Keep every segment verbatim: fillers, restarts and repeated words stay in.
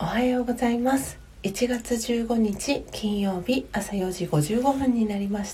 はようございます。いちがつじゅうごにち金曜日、朝よじごじゅうごふんになりました。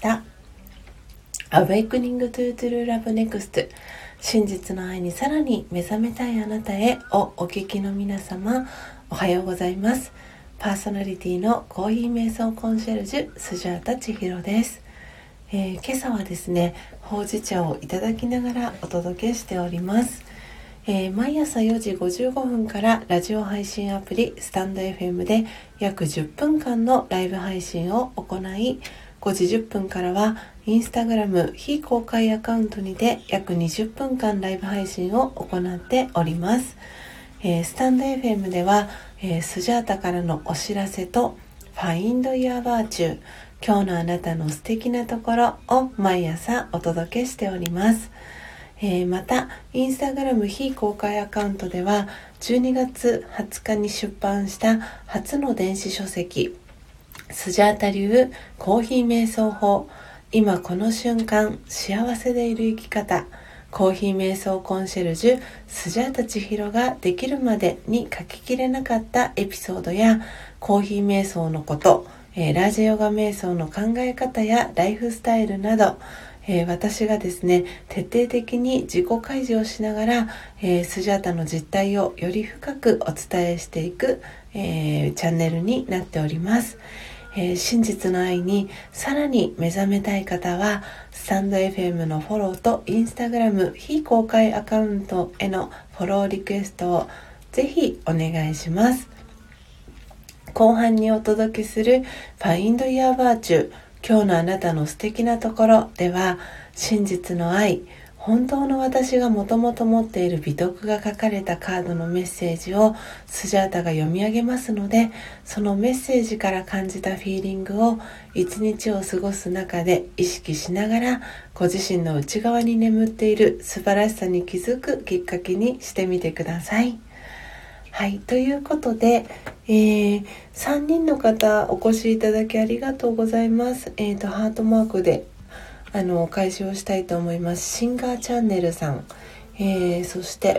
Awakening to True Love Next、 真実の愛にさらに目覚めたいあなたへをお聞きの皆様、おはようございます。パーソナリティのコーヒー瞑想コンシェルジュスジャータ千尋です。えー、今朝はですね、ほうじ茶をいただきながらお届けしております。えー、毎朝よじごじゅうごふんからラジオ配信アプリスタンド エフエム で約じゅっぷんかんのライブ配信を行い、ごじじゅっぷんからはインスタグラム非公開アカウントにて約にじゅっぷんかんライブ配信を行っております。えー、スタンド エフエム では、えー、スジャータからのお知らせと Find Your Virtue、 今日のあなたの素敵なところを毎朝お届けしております。えー、またインスタグラム非公開アカウントではじゅうにがつはつかに出版した初の電子書籍、スジャータ流コーヒー瞑想法、今この瞬間幸せでいる生き方、コーヒー瞑想コンシェルジュスジャータ千尋ができるまでに書ききれなかったエピソードや、コーヒー瞑想のこと、えー、ラージャヨガ瞑想の考え方やライフスタイルなど、えー、私がですね、徹底的に自己開示をしながら、えー、スジャータの実態をより深くお伝えしていく、えー、チャンネルになっております。えー、真実の愛にさらに目覚めたい方は、スタンド エフエム のフォローとインスタグラム非公開アカウントへのフォローリクエストをぜひお願いします。後半にお届けする Find Your Virtue、今日のあなたの素敵なところでは、真実の愛、本当の私がもともと持っている美徳が書かれたカードのメッセージをスジャータが読み上げますので、そのメッセージから感じたフィーリングを一日を過ごす中で意識しながら、ご自身の内側に眠っている素晴らしさに気づくきっかけにしてみてください。はい、ということで、えー、さんにんの方お越しいただきありがとうございます。えーと、ハートマークであのお返しをしたいと思います。シンガーチャンネルさん、えー、そして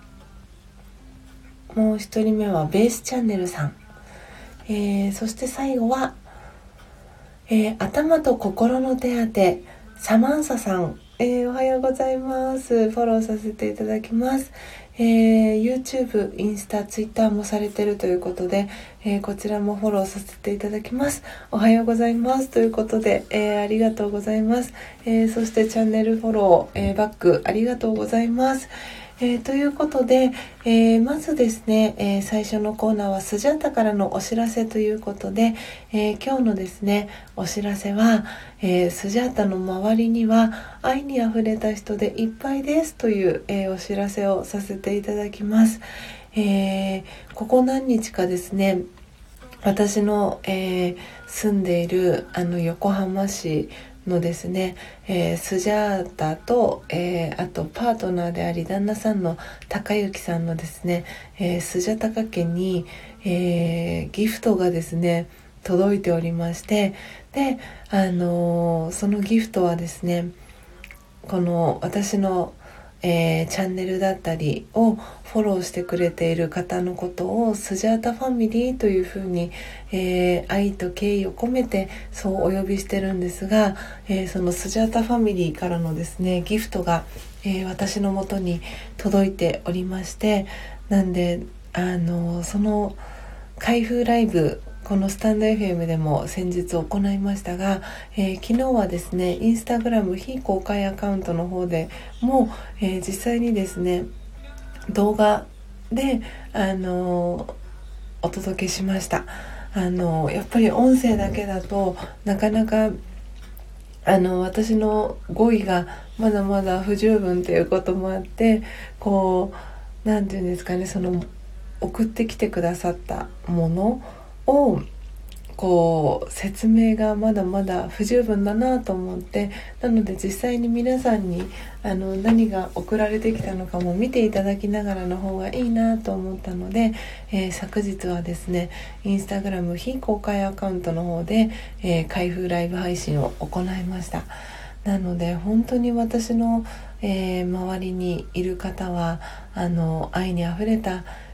もう一人目はベースチャンネルさん、えー、そして最後は、えー、頭と心の手当てサマンサさん、えー、おはようございます。フォローさせていただきます。えー、YouTube、インスタ、Twitter もされているということで、えー、こちらもフォローさせていただきます。おはようございますということで、えー、ありがとうございます。えー、そしてチャンネルフォロー、えー、バックありがとうございます。えー、ということで、えー、まずですね、えー、最初のコーナーはスジャータからのお知らせということで、えー、今日のですねお知らせは、えー、スジャータの周りには愛にあふれた人でいっぱいですという、えー、お知らせをさせていただきます。えー、ここ何日かですね、私の、えー、住んでいるあの横浜市のですね、えー、スジャータと、えー、あとパートナーであり旦那さんの高之さんのですね、えー、スジャタカ家に、えー、ギフトがですね届いておりまして、で、あのー、そのギフトはですね、この私のえー、チャンネルだったりをフォローしてくれている方のことをスジャータファミリーというふうに、えー、愛と敬意を込めてそうお呼びしてるんですが、えー、そのスジャータファミリーからのですねギフトが、えー、私のもとに届いておりまして、なんであのその開封ライブ、このスタンド エフエム でも先日行いましたが、えー、昨日はですねインスタグラム非公開アカウントの方でも、えー、実際にですね動画で、あのー、お届けしました。あのー、やっぱり音声だけだとなかなかあの私の語彙がまだまだ不十分ということもあって、こうなんていうんですかね、その送ってきてくださったものをこう説明がまだまだ不十分だなと思って、なので実際に皆さんにあの何が送られてきたのかも見ていただきながらの方がいいなと思ったので、えー、昨日はですねインスタグラム非公開アカウントの方で、えー、開封ライブ配信を行いました。なので本当に私の、えー、周りにいる方はあの愛にあふれた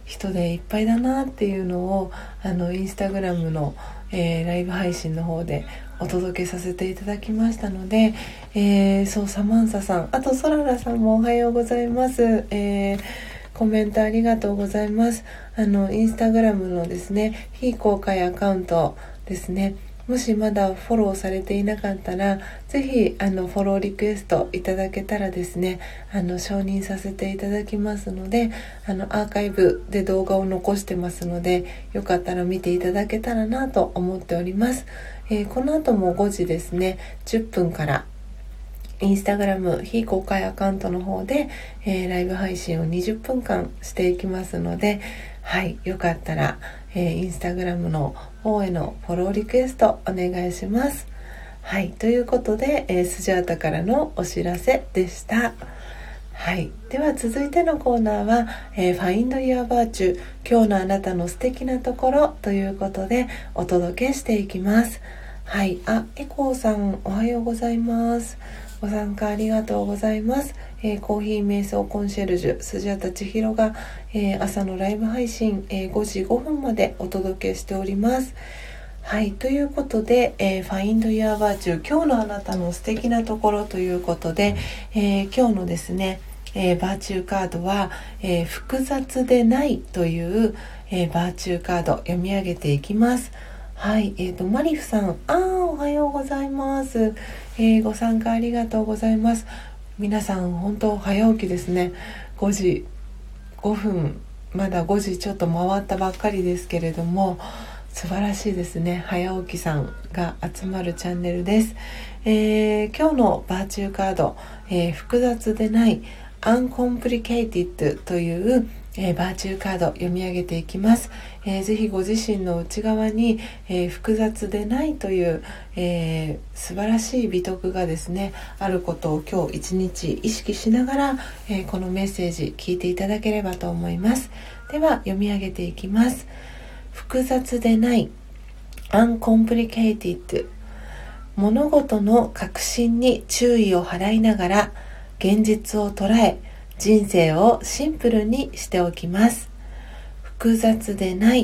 人でいっぱいだなっていうのをあのインスタグラムの、えー、ライブ配信の方でお届けさせていただきましたので、えー、そうサマンサさん、あとソララさんもおはようございます、えー、コメントありがとうございます。あのインスタグラムのですね非公開アカウントですね、もしまだフォローされていなかったらぜひあのフォローリクエストいただけたらですね、あの承認させていただきますので、あのアーカイブで動画を残してますので、よかったら見ていただけたらなと思っております。えー、この後もごじですねじゅっぷんからインスタグラム非公開アカウントの方で、えー、ライブ配信をにじゅっぷんかんしていきますので、はい、よかったら、えー、インスタグラムの方へのフォローリクエストお願いします。はい、ということで、えー、スジャータからのお知らせでした。はい、では続いてのコーナーは、えー、Find Your Virtue 今日のあなたの素敵なところということでお届けしていきます。はい、あ、エコーさんおはようございます。ご参加ありがとうございます。えー、コーヒー瞑想コンシェルジュスジャタ千尋が、えー、朝のライブ配信、えー、ごじごふんまでお届けしております。はい、ということで、えー、Find Your Virtue 今日のあなたの素敵なところということで、えー、今日のですね、えー、バーチューカードは、えー、複雑でないという、えー、バーチューカード読み上げていきます。はい、えーとマリフさん、あーおはようございます、えー、ご参加ありがとうございます。皆さん本当早起きですね。ごじごふん、まだごじちょっと回ったばっかりですけれども、素晴らしいですね。早起きさんが集まるチャンネルです。えー、今日のバーチューカード、えー、複雑でないUncomplicated という、えー、バーチューカード読み上げていきます。えー、ぜひご自身の内側に、えー、複雑でないという、えー、素晴らしい美徳がですねあることを今日一日意識しながら、えー、このメッセージ聞いていただければと思います。では読み上げていきます。複雑でない Uncomplicated、 物事の核心に注意を払いながら現実を捉え人生をシンプルにしておきます。複雑でない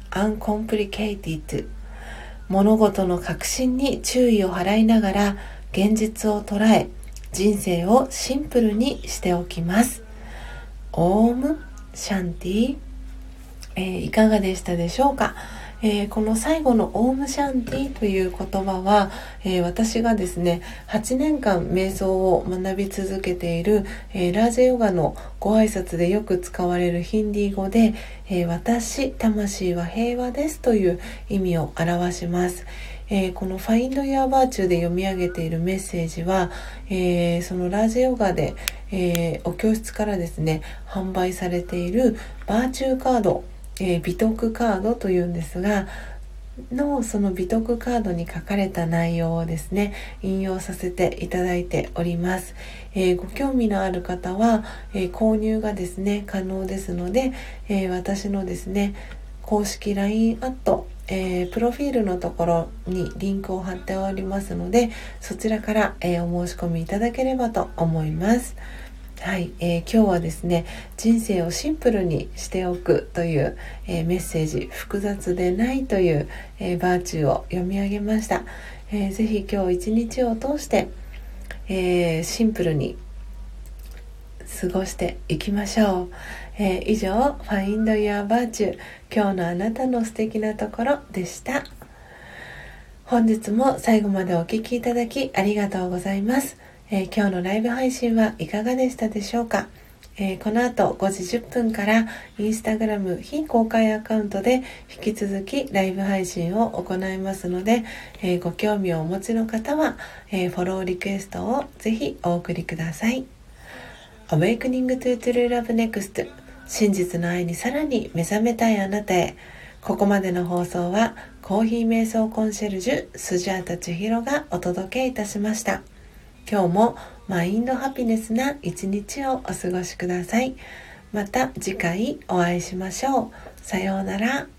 Uncomplicated、 物事の核心に注意を払いながら現実を捉え人生をシンプルにしておきます。オームシャンティ、えー、いかがでしたでしょうか。えー、この最後のオームシャンティという言葉は、えー、私がですねはちねんかん瞑想を学び続けている、えー、ラージャヨガのご挨拶でよく使われるヒンディー語で、えー、私魂は平和ですという意味を表します。えー、この Find Your Virtue で読み上げているメッセージは、えー、そのラージャヨガで、えー、お教室からですね販売されているバーチューカード、えー、美徳カードというんですがのその美徳カードに書かれた内容をですね引用させていただいております。えー、ご興味のある方は、えー、購入がですね可能ですので、えー、私のですね公式 ライン アット、えー、プロフィールのところにリンクを貼っておりますのでそちらから、えー、お申し込みいただければと思います。はい、えー、今日はですね人生をシンプルにしておくという、えー、メッセージ複雑でないという、えー、バーチューを読み上げました。えー、ぜひ今日一日を通して、えー、シンプルに過ごしていきましょう。えー、以上 Find Your Virtue 今日のあなたの素敵なところでした。本日も最後までお聞きいただきありがとうございます。えー、今日のライブ配信はいかがでしたでしょうか。えー、この後ごじじゅっぷんからインスタグラム非公開アカウントで引き続きライブ配信を行いますので、えー、ご興味をお持ちの方は、えー、フォローリクエストをぜひお送りください。 Awakening to True Love Next、 真実の愛にさらに目覚めたいあなたへ。ここまでの放送はコーヒー瞑想コンシェルジュスジャータ千尋がお届けいたしました。今日もマインドハピネスな一日をお過ごしください。また次回お会いしましょう。さようなら。